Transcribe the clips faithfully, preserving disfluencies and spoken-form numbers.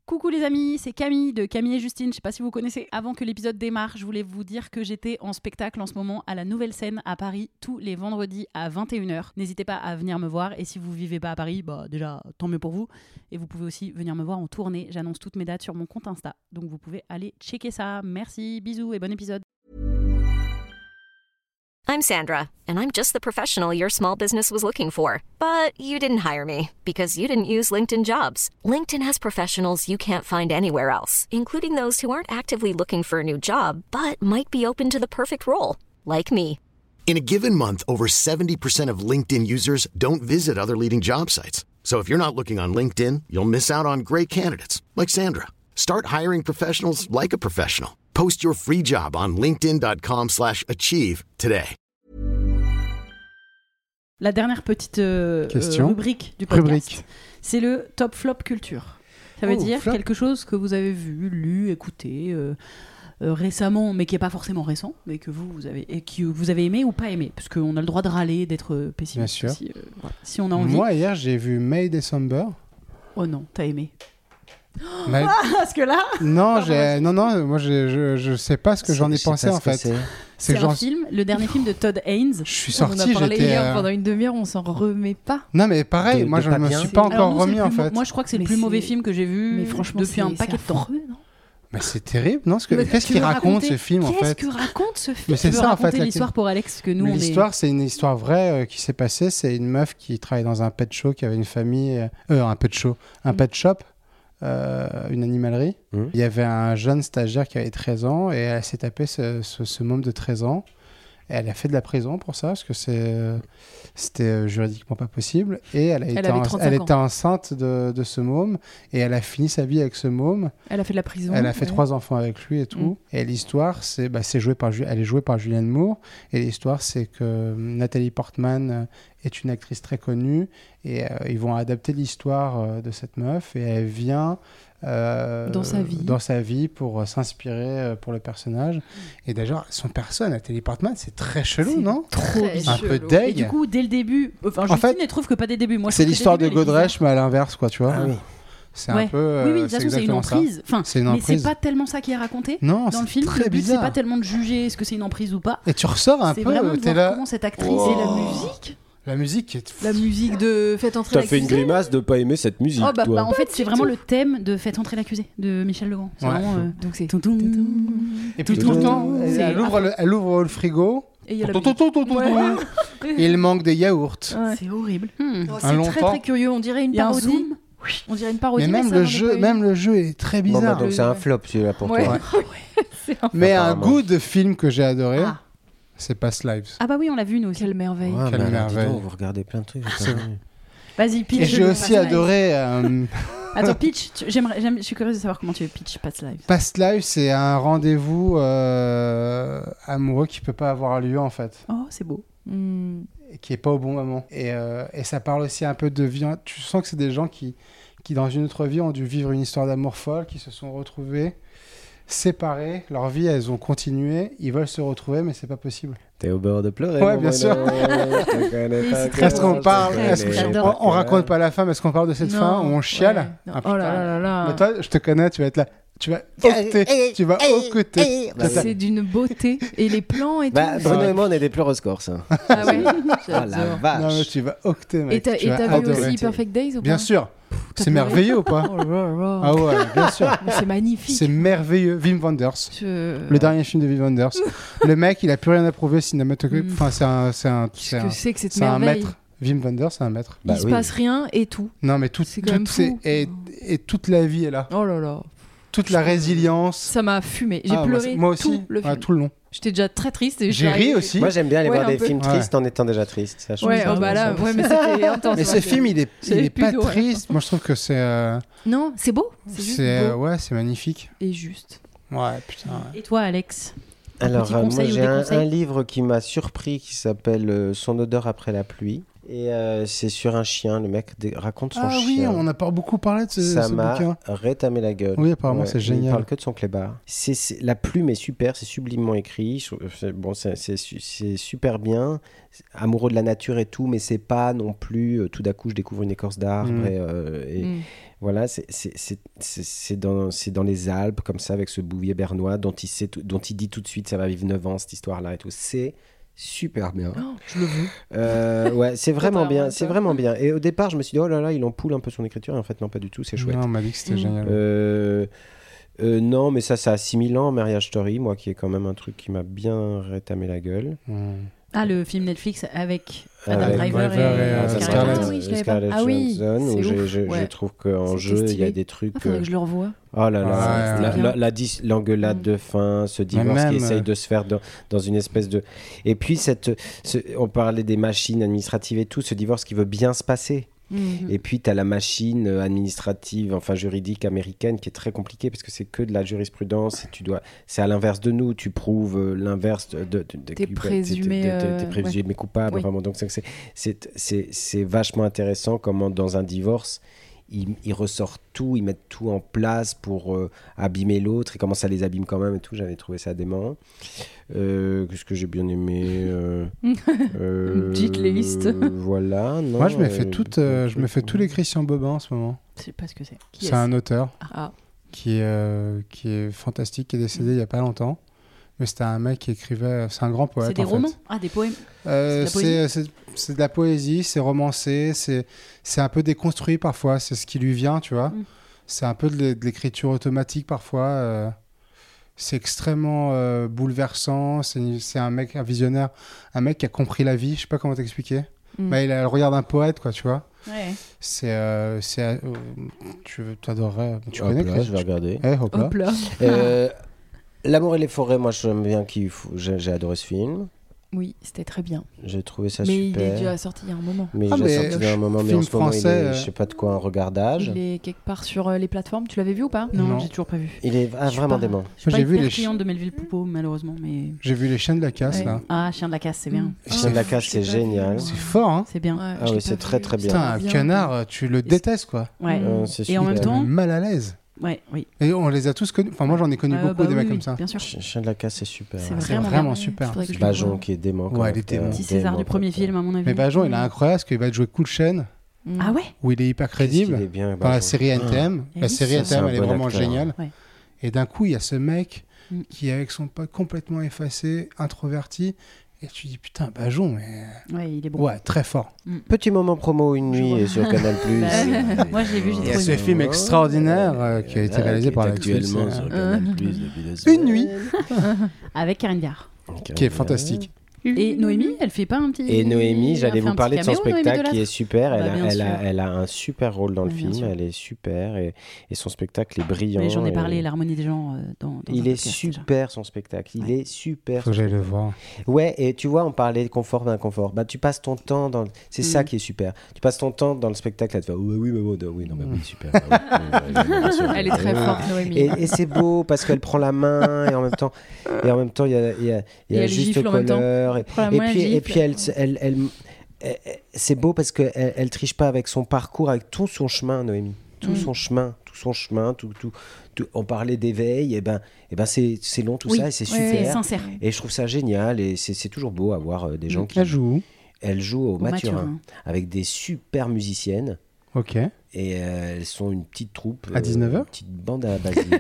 Coucou les amis, c'est Camille de Camille et Justine, je sais pas si vous connaissez. Avant que l'épisode démarre, je voulais vous dire que j'étais en spectacle en ce moment à la Nouvelle Scène à Paris tous les vendredis à vingt et une heures. N'hésitez pas à venir me voir et si vous vivez pas à Paris, bah déjà tant mieux pour vous. Et vous pouvez aussi venir me voir en tournée, j'annonce toutes mes dates sur mon compte Insta. Donc vous pouvez aller checker ça. Merci, bisous et bon épisode. I'm Sandra, and I'm just the professional your small business was looking for. But you didn't hire me because you didn't use LinkedIn Jobs. LinkedIn has professionals you can't find anywhere else, including those who aren't actively looking for a new job, but might be open to the perfect role, like me. In a given month, over seventy percent of LinkedIn users don't visit other leading job sites. So if you're not looking on LinkedIn, you'll miss out on great candidates like Sandra. Start hiring professionals like a professional. Post your free job on linkedin.com slash achieve today. La dernière petite euh, Question. euh, rubrique du podcast, Rubrique. c'est le top flop culture. Ça veut Oh, dire flop. quelque chose que vous avez vu, lu, écouté euh, euh, récemment, mais qui n'est pas forcément récent, mais que vous, vous avez, et que vous avez aimé ou pas aimé, parce qu'on a le droit de râler, d'être pessimiste Bien sûr. aussi, euh, voilà, si on a envie. Moi, hier, j'ai vu May December. Oh non, t'as aimé. May- Parce que là, Non, j'ai... non, non, moi, j'ai... Je, je sais pas ce que j'en ai Je sais pensé, pas en ce que fait. c'est. c'est que un j'en- film, le dernier film de Todd Haynes. Je suis On en a sorti, parlé j'étais... hier euh, pendant une demi-heure, on s'en remet pas. Non, mais pareil, De- moi, de je pas me bien. suis pas Alors encore non, c'est remis, le en plus fait. mau- Moi, je crois que c'est le Mais plus c'est- mauvais film que j'ai vu Mais franchement, depuis un c'est- paquet de c'est temps. affreux, non Mais c'est terrible, non ce que... Mais Qu'est-ce tu qu'il veux raconte, raconter- ce film, en Qu'est-ce fait que raconte ce film Mais c'est Tu veux ça, en fait, raconter la- l'histoire pour Alex, que nous, on est... L'histoire, c'est une histoire vraie euh, qui s'est passée. C'est une meuf qui travaille dans un pet show, qui avait une famille... euh, euh, un pet show, un Mm. pet shop, euh, une animalerie. Mm. Il y avait un jeune stagiaire qui avait treize ans et elle s'est tapé ce, ce, ce môme de treize ans. Et elle a fait de la prison pour ça, parce que c'est, euh, c'était euh, juridiquement pas possible. Et elle, a été, avait en- trente-cinq elle ans. était enceinte de, de ce môme. Et elle a fini sa vie avec ce môme. Elle a fait de la prison. Elle a fait ouais. trois enfants avec lui et tout. Mm. Et l'histoire, c'est, bah, c'est joué par, Ju- elle est jouée par Julianne Moore. Et l'histoire, c'est que Nathalie Portman euh, est une actrice très connue. Et euh, ils vont adapter l'histoire euh, de cette meuf. Et elle vient... euh, Dans sa vie. dans sa vie pour euh, s'inspirer euh, pour le personnage. Et d'ailleurs, son personnage, Nathalie Portman, c'est très chelou, C'est non Trop Très Un chelou. peu Et deg. du coup, dès le début, enfin, En Justine, fait, elle trouve que pas des débuts. Moi, je C'est trouve que l'histoire dès de le début, elle est Godrèche, mais à l'inverse, quoi, tu vois. Ah oui. C'est Ouais. un peu. euh, Oui, oui, de toute façon, c'est une exactement ça. emprise. Enfin, C'est une mais emprise. c'est pas tellement ça qui est raconté Non, dans le c'est film. très Le but, c'est bizarre. pas tellement de juger est-ce que c'est une emprise ou pas. Et tu ressors un C'est peu, vraiment de t'es voir là. comment cette actrice Oh. et la musique. La musique est. La musique de Faites entrer T'as fait une l'accusé. grimace de pas aimer cette musique, Oh, bah, toi. Bah, en fait, c'est vraiment le thème de Faites entrer l'accusé de Michel Legrand. C'est Ouais. vraiment. euh, Donc c'est. Toutoum. Et puis Tout tout le le temps, temps, elle, c'est elle ouvre le, elle ouvre le frigo. Et il y a la Tou, tou, tou, tou, tou, Ouais. tou. Et il manque des yaourts. Ouais. C'est horrible. Hmm. Oh, Un c'est très longtemps. très curieux. On dirait une Il y a un parodie. zoom. On dirait une parodie. Mais même ça le n'en est jeu, pas une. même le jeu est très Bon, bah, bizarre. donc c'est un Ouais. flop celui-là pour Ouais. toi. C'est un- Mais un Apparemment. goût de film que j'ai adoré, Ah. c'est Past Lives. Ah bah oui, on l'a vu nous aussi. Quelle merveille. Ouais, Quelle bah, alors, dis merveille. donc, vous regardez plein de trucs. j'ai pas C'est vu. Vas-y, pitch. Et j'ai le aussi Past Lives. adoré euh, Attends, pitch. tu- J'aimerais, j'aime- je suis curieuse de savoir comment tu veux pitch Past Lives. Past Lives, c'est un rendez-vous euh, amoureux qui peut pas avoir lieu en fait, Oh, c'est beau. Hmm. et qui est pas au bon moment. Et, euh, et ça parle aussi un peu de vie. Tu sens que c'est des gens qui, qui dans une autre vie ont dû vivre une histoire d'amour folle, qui se sont retrouvés séparés. Leur vie, elles ont continué. Ils veulent se retrouver, mais c'est pas possible. T'es au bord de pleurer. Ouais, mon bien sûr. Bruno. Je te connais Et pas c'est très comment Est-ce qu'on je te parle connais. est-ce que- J'adore. on, on raconte pas la fin, mais est-ce qu'on parle de cette Non, fin où on chiale ouais. Non. Ah, Oh là putain. là là là. Mais toi, je te connais, tu vas être là. Tu vas octer. Tu vas octer. Bah, Ça- C'est d'une beauté. Et les plans et Bah, tout. Bruno Ouais. et moi, on est des pleureuses corses. hein. Ah ouais. Ah la J'adore. Non, mais vache. tu vas octer, mec. Et t'as tu et vas t'as vu adorer. aussi Perfect Days ou pas Bien sûr. t'as C'est pleuré merveilleux ou pas Oh là là. Ah ouais, bien sûr. Mais c'est magnifique. C'est merveilleux. Wim Wenders. Je- Le dernier film de Wim Wenders. Le mec, il a plus rien à prouver cinématographique. Mm. Enfin, c'est un, c'est un, c'est Qu'est-ce un, que c'est que cette c'est un merveille maître. Wim Wenders, c'est un maître. Bah Il se oui. passe rien et tout. Non, mais tout, C'est quand même tout, c'est- fou. et, et toute la vie est là. Oh là là. Toute la résilience. Ça m'a fumé. J'ai Ah, moi, pleuré c'est- moi aussi. tout le Ouais, film. tout le long. J'étais déjà très triste. et je suis J'ai ri arrivée- aussi. Moi, j'aime bien aller Ouais, voir un des peu. films Ouais. tristes en étant déjà triste. Ça change Ouais, ça, oh bah là, ça. ouais, mais c'était intense. Mais ouais. ce film, il est, il J'avais est plus pas d'eau à la triste. Moi, je trouve que c'est, euh, Non, c'est beau. C'est juste c'est, euh, beau ouais, c'est magnifique. et juste. Ouais, putain. ouais. Et toi, Alex Un Alors, petit euh, moi, conseil ou j'ai des un, conseils un livre qui m'a surpris qui s'appelle euh, Son odeur après la pluie. Et euh, c'est sur un chien, le mec dé- raconte son Ah chien. oui, on n'a pas beaucoup parlé de ce, Ça ce m'a bouquin. rétamé la gueule. Oui, apparemment, c'est Il génial. parle que de son clébard. C'est, c'est- la plume est super, c'est sublimement écrit. Je trouve- c'est- Bon, c'est, c'est, su- c'est super bien. C'est amoureux de la nature et tout, mais c'est pas non plus euh, tout d'un coup je découvre une écorce d'arbre Mm. et, euh, et Mm. voilà, c'est, c'est, c'est, c'est, c'est dans, c'est dans les Alpes comme ça avec ce bouvier bernois dont il sait tout- dont il dit tout de suite ça va vivre neuf ans cette histoire-là et tout. C'est super bien. Oh, je le veux. Euh, ouais, c'est vraiment Quand bien, t'as- c'est t'as- vraiment bien. Et au départ, je me suis dit oh là là, il empoule un peu son écriture et en fait non pas du tout, c'est chouette. Non, on m'a dit que c'était Mm. génial. Euh, euh, non, mais ça, ça a six mille ans, Marriage Story, moi, qui est quand même un truc qui m'a bien rétamé la gueule. Mm. Ah, le film Netflix avec Adam Avec Driver Driver et, et, euh, euh, Scarlett Scarlett. Johansson. Ah oui, je l'avais Scarlett pas. Ah oui, Johansson, où c'est je, ouf. je- Ouais. je trouve qu'en C'était jeu, il y a stylé. des trucs... Ah, faudrait euh, que je le revoie. Oh là là, Ouais, la, c'était la, bien. la dis- l'engueulade Mm. de fin, ce divorce même, qui essaye euh, de se faire dans, dans une espèce de... Et puis, cette, ce- on parlait des machines administratives et tout, ce divorce qui veut bien se passer. Mhm. Et puis, tu as la machine euh, administrative, enfin juridique américaine qui est très compliquée parce que c'est que de la jurisprudence et tu dois... C'est à l'inverse de nous, tu prouves euh, l'inverse de... de, de- de- T'es de- présumé, de- de- de- euh, t'es présumé coupable. Oui. Vraiment. Donc, c'est, c'est, c'est, c'est, c'est vachement intéressant comment dans un divorce, ils, ils ressortent tout, ils mettent tout en place pour euh, abîmer l'autre et comment ça les abîme quand même et tout. J'avais trouvé ça dément. Euh, qu'est-ce que j'ai bien aimé euh, euh, Une petite liste. Voilà. Non, Moi, je me euh, fais toutes, euh, je me fais tous les Christian Bobin en ce moment. Je sais pas ce que c'est. Qui C'est est-ce un auteur Ah, qui est, euh, qui est fantastique, qui est décédé il y a pas longtemps. Mais c'était un mec qui écrivait. C'est un grand poète. C'est des en fait. romans Ah, des poèmes. Euh, C'est de la c'est, c'est, c'est de la poésie, c'est romancé, c'est, c'est un peu déconstruit parfois, c'est ce qui lui vient, tu vois. Mm. C'est un peu de, l'é- de l'écriture automatique parfois. euh, c'est extrêmement euh, bouleversant. C'est, c'est un mec, un visionnaire, un mec qui a compris la vie. Je sais pas comment t'expliquer. Mm. Mais il a le regard d'un poète, quoi, tu vois. Ouais. C'est, euh, c'est, euh, tu t'adorerais. Tu Hop connais là, Chris- je vais regarder. Eh, hop là. hop là. Euh, L'amour et les forêts, moi j'aime bien qu'il faut... j'ai, j'ai adoré ce film. Oui, c'était très bien. J'ai trouvé ça Mais il super. est déjà sorti il y a un moment. Mais Ah, il est mais sorti il y a un moment, mais film en ce moment, il français, est, euh, je sais pas de quoi, un regardage. Il est quelque part sur euh, les plateformes. Tu l'avais vu ou pas Non, Non. j'ai toujours pas vu. Il est ah, Je suis vraiment pas- dément. Je suis Moi, pas j'ai vu hyper les cliente de Melville Poupeau, malheureusement, mais... J'ai vu Les Chaînes de la Casse, Ouais. là. Ah, Chien de la casse, c'est bien. Mm. Chien de la casse, c'est je l'ai pas génial. vu. C'est fort, hein. C'est bien. Ouais, Ah je oui, l'ai c'est pas très, vu. très bien. Putain, un bien. canard, tu le détestes, quoi. Ouais. Euh, c'est Et en même super. temps, Mal à l'aise. ouais, oui. Et on les a tous connus. Enfin, moi, j'en ai connu Euh, beaucoup bah des oui, mecs oui, comme ça. Bien sûr. Ch- Chien de la casse, c'est super. C'est C'est vraiment vraiment bien. super. Faudrait que je le Bajon voie. qui est dément. Ouais, comme il est acteur. dément. Petit César Dément, du premier comme acteur. film, à mon avis. Mais Bajon, il est incroyable parce qu'il va jouer Cool Chain, Mm. Ah ouais où il est hyper Qu'est-ce qu'il crédible. est bien, Dans la Bajon. série N T M. Ah. La Et série oui, N T M, c'est un elle est bon vraiment acteur. géniale. Ouais. Et d'un coup, il y a ce mec Mm. qui est avec son pote complètement effacé, introverti. Et tu dis, putain, Bajon, mais. Ouais, il est bon. Ouais, très fort. Petit moment promo une Je nuit vois. sur Canal+. Bah, moi, je l'ai vu, j'ai Il y a trouvé ce une- film extraordinaire euh, qui a été réalisé par Alex actuellement Wilson. sur Euh. Canal+. depuis deux Une nuit, Avec Karine Viard. qui est fantastique. Et Noémie, elle fait pas un petit. Et Noémie, elle j'allais fait vous un petit parler de son caméo, Noémie spectacle qui est Delattre. super. Elle, Bah, a, bien elle, a, sûr. elle a un super rôle dans le Ouais, bien film. sûr. Elle est super et, et son spectacle est brillant. Mais j'en ai et- parlé, l'harmonie des gens euh, dans, dans Il un est podcast, déjà. super son spectacle. Il Ouais. est super. Faut que son j'aille le spectacle. voir. Ouais, et tu vois, on parlait de confort, d'inconfort. Bah, tu passes ton temps dans. C'est Mm. ça qui est super. Tu passes ton temps dans le spectacle à te faire. Oui, oui, mais bon, non, oui, non, mais oui, super. Bah oui, oui, oui, oui, bien sûr. Elle est très Oui, oui. forte, Noémie. Et, et c'est beau parce qu'elle prend la main et en même temps, et en même temps, il y a, il y a, il y Et a elle juste gifle en même temps. couleur. Et, Prends la et main, puis, elle et gifle. puis elle, elle, elle, elle- elle- c'est beau parce qu'elle elle, elle triche pas avec son parcours, avec tout son chemin, Noémie. Tout Mm. son chemin, tout son chemin, tout, tout, tout- on parlait d'éveil, et ben, et ben c'est, c'est long tout Oui, ça et c'est ouais, C'est super. sincère. Et je trouve ça génial et c'est, c'est toujours beau à voir euh, des gens qui. Elle joue où Elle joue au, Au Mathurin, Mathurin. avec des super musiciennes Ok. et euh, elles sont une petite troupe. À dix-neuf heures Une petite bande à Basile.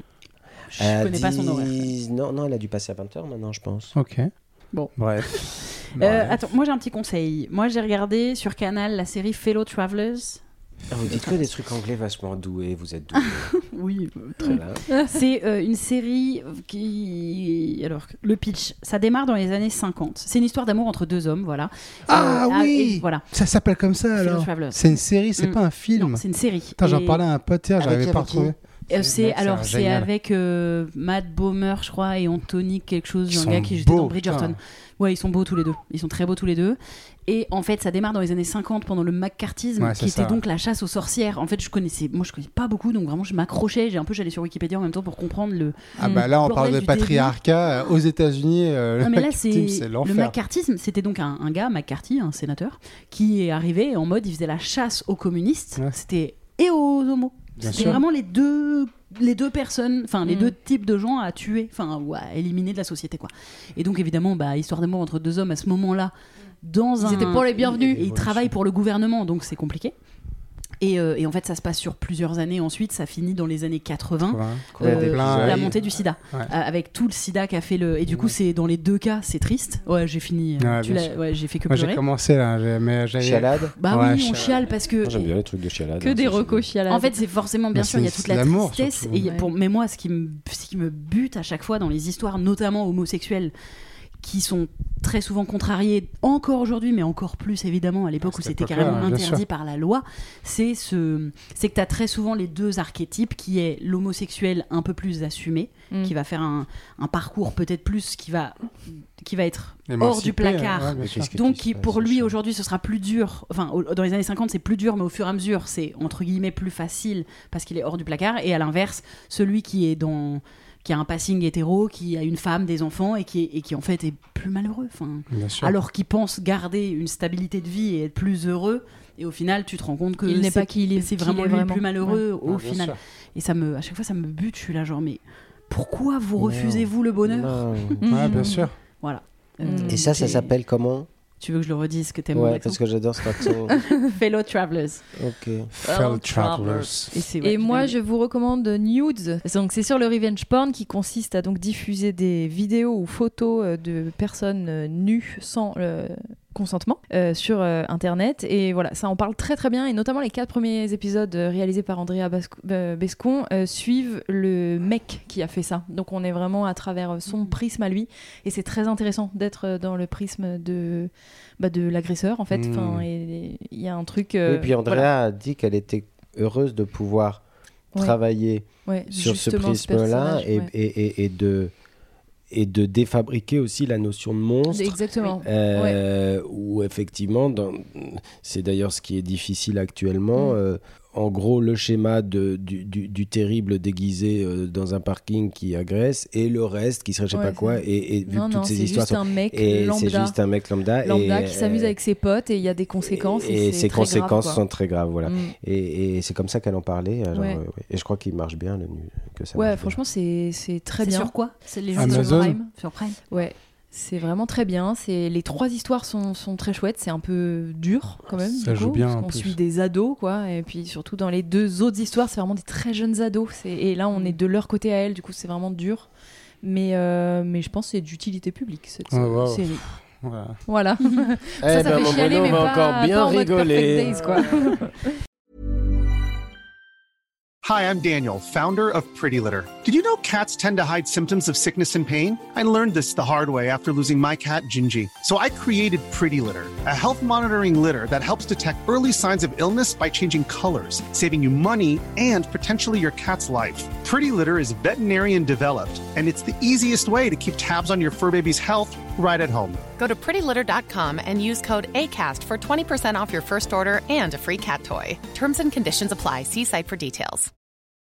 Je connais pas son horaire. dix Non, non, elle a dû passer à vingt heures maintenant, je pense. Ok. Bon. Bref. Euh, Bref. attends, moi j'ai un petit conseil. Moi j'ai regardé sur Canal la série Fellow Travelers. Ah, vous dites que des trucs anglais vachement doués, vous êtes doués. Oui, Très bien. c'est euh, une série qui. Alors, le pitch, ça démarre dans les années cinquante. C'est une histoire d'amour entre deux hommes, voilà. Ah Euh, oui et Voilà. Ça s'appelle comme ça Fellow alors Travelers. C'est une série, c'est Mm. pas un film. Non, c'est une série. Putain, j'en Et- parlais à un pote hier, Avec j'arrivais qui, pas à avec qui retrouver. Euh, c'est mec, c'est alors un c'est génial. avec euh, Matt Bomer, je crois, et Anthony quelque chose, Ils un sont gars qui était beaux, dans Bridgerton. putain. Ouais, ils sont beaux tous les deux. Ils sont très beaux tous les deux. Et en fait, ça démarre dans les années cinquante pendant le McCarthyisme, Ouais, qui c'est était ça. donc la chasse aux sorcières. En fait, je connaissais, moi, je connais pas beaucoup, donc vraiment, je m'accrochais. J'ai un peu, j'allais sur Wikipédia en même temps pour comprendre le. Ah bah là, on Bordel parle de du patriarcat euh, aux États-unis. euh, Non, le mais là, McCarthyisme, c'est c'est le l'enfer. McCarthyisme. C'était donc un, un gars, McCarthy, un sénateur, qui est arrivé en mode, il faisait la chasse aux communistes. Ouais. C'était et aux homos. Bien C'était sûr. vraiment les deux, les deux personnes, enfin les Mm. deux types de gens à tuer, enfin ou à éliminer de la société, quoi. Et donc évidemment, bah, histoire d'amour entre deux hommes à ce moment-là, dans Ils un, étaient pas les bienvenus. Et ils travaillent pour le gouvernement, donc c'est compliqué. Et, euh, et en fait, ça se passe sur plusieurs années. Ensuite, ça finit dans les années quatre-vingts. Ouais. Combien Euh, d'épisodes plein, la ouais. montée du sida, Ouais. Euh, avec tout le sida qu'a fait le. Et du coup, c'est dans les deux cas, c'est triste. Ouais, j'ai fini. euh, Ouais, tu bien l'as- sûr. ouais, j'ai fait que Moi, j'ai pleurer. commencé là, j'ai- mais j'avais. Chialade. Bah Ouais, oui, on chial. chiale parce que. Moi, j'aime bien les trucs de chialade. Que hein, des ça, recos chialades. En fait, c'est forcément, bien Bah, sûr, il y a c'est- toute c'est la l'amour, tristesse. surtout. Et il y a- Ouais. pour, mais moi, ce qui, me, ce qui me bute à chaque fois dans les histoires, notamment homosexuelles, qui sont très souvent contrariées, encore aujourd'hui, mais encore plus évidemment à l'époque À où cette c'était époque-là, carrément bien interdit sûr. par la loi, c'est ce, c'est que tu as très souvent les deux archétypes, qui est l'homosexuel un peu plus assumé, Mm. qui va faire un, un parcours peut-être plus, qui va, qui va être hors Émancipé, du placard. ouais, bien Mais sûr. qu'est-ce que Donc, tu qui, sais, pour c'est lui, chiant. aujourd'hui, ce sera plus dur. Enfin, au- dans les années cinquante, c'est plus dur, mais au fur et à mesure, c'est entre guillemets plus facile parce qu'il est hors du placard. Et à l'inverse, celui qui est dans, qui a un passing hétéro, qui a une femme, des enfants, et qui, est- et qui en fait est plus malheureux. Enfin, Bien sûr. alors qu'il pense garder une stabilité de vie et être plus heureux. Et au final, tu te rends compte que Il n'est c'est- pas qui il est- c'est qui vraiment il est lui le vraiment. plus malheureux Ouais, au bien final. sûr. Et ça me, à chaque fois, ça me bute. Je suis là, genre, mais pourquoi vous Non. refusez-vous le bonheur? Non. Ouais, bien Mm. sûr. Voilà. Mm. Et ça, ça j'ai- s'appelle comment? Tu veux que je le redise, que t'aimes mon Ouais, accent parce que j'adore cet accent. Fellow Travelers. Ok. Fellow Travelers. Et, c'est- ouais, Et moi, j'ai- je vous recommande Nudes. Donc, c'est sur le revenge porn qui consiste à donc diffuser des vidéos ou photos euh, de personnes euh, nues sans euh, consentement euh, sur euh, Internet. Et voilà, ça en parle très très bien. Et notamment les quatre premiers épisodes euh, réalisés par Andrea Basco- euh, Bescon euh, suivent le mec qui a fait ça. Donc, on est vraiment à travers euh, son prisme à lui. Et c'est très intéressant d'être euh, dans le prisme de, bah, de l'agresseur en fait. Mm. Enfin, et il y a un truc. euh, Et puis Andrea voilà. a dit qu'elle était heureuse de pouvoir Ouais. travailler Ouais, sur ce justement, prisme-là personnage, et, ouais. et, et, et de et de défabriquer aussi la notion de monstre. Exactement. Euh, Où effectivement, dans- c'est d'ailleurs ce qui est difficile actuellement. Mm. euh, en gros, le schéma de, du, du, du terrible déguisé euh, dans un parking qui agresse et le reste qui serait je sais Ouais, pas quoi. c'est- Et, et vu Non, que non, toutes ces c'est histoires juste sont. un mec Et lambda, c'est juste un mec lambda. lambda et, qui s'amuse euh, avec ses potes et il y a des conséquences. Et, Et, c'est ces très conséquences grave, quoi. sont très graves. Voilà. Mm. Et, et c'est comme ça qu'elle en parlait. alors, Ouais. euh, ouais. Et je crois qu'il marche bien le nu. Que ça Ouais, marche bien. franchement, c'est c'est très C'est bien. sur quoi? C'est les gens Amazon. sur Prime. Sur Prime. Ouais, c'est vraiment très bien. C'est les trois histoires sont, sont très chouettes. C'est un peu dur quand même. Ça du joue coup, bien, parce en qu'on plus. suit des ados, quoi. Et puis surtout dans les deux autres histoires, c'est vraiment des très jeunes ados. C'est- Et là, on est de leur côté à elles. Du coup, c'est vraiment dur. Mais, euh, mais je pense que c'est d'utilité publique cette Ouais, ouais, ouais. série. Voilà. Voilà. Eh ça, ça ben, fait mon chialer, bonhomme mais va pas, encore pas bien en mode rigoler. Perfect Days, quoi. Hi, I'm Daniel, founder of Pretty Litter. Did you know cats tend to hide symptoms of sickness and pain? I learned this the hard way after losing my cat, Gingy. So I created Pretty Litter, a health monitoring litter that helps detect early signs of illness by changing colors, saving you money and potentially your cat's life. Pretty Litter is veterinarian developed, and it's the easiest way to keep tabs on your fur baby's health right at home. Go to pretty litter dot com and use code ACAST for twenty percent off your first order and a free cat toy. Terms and conditions apply. See site for details.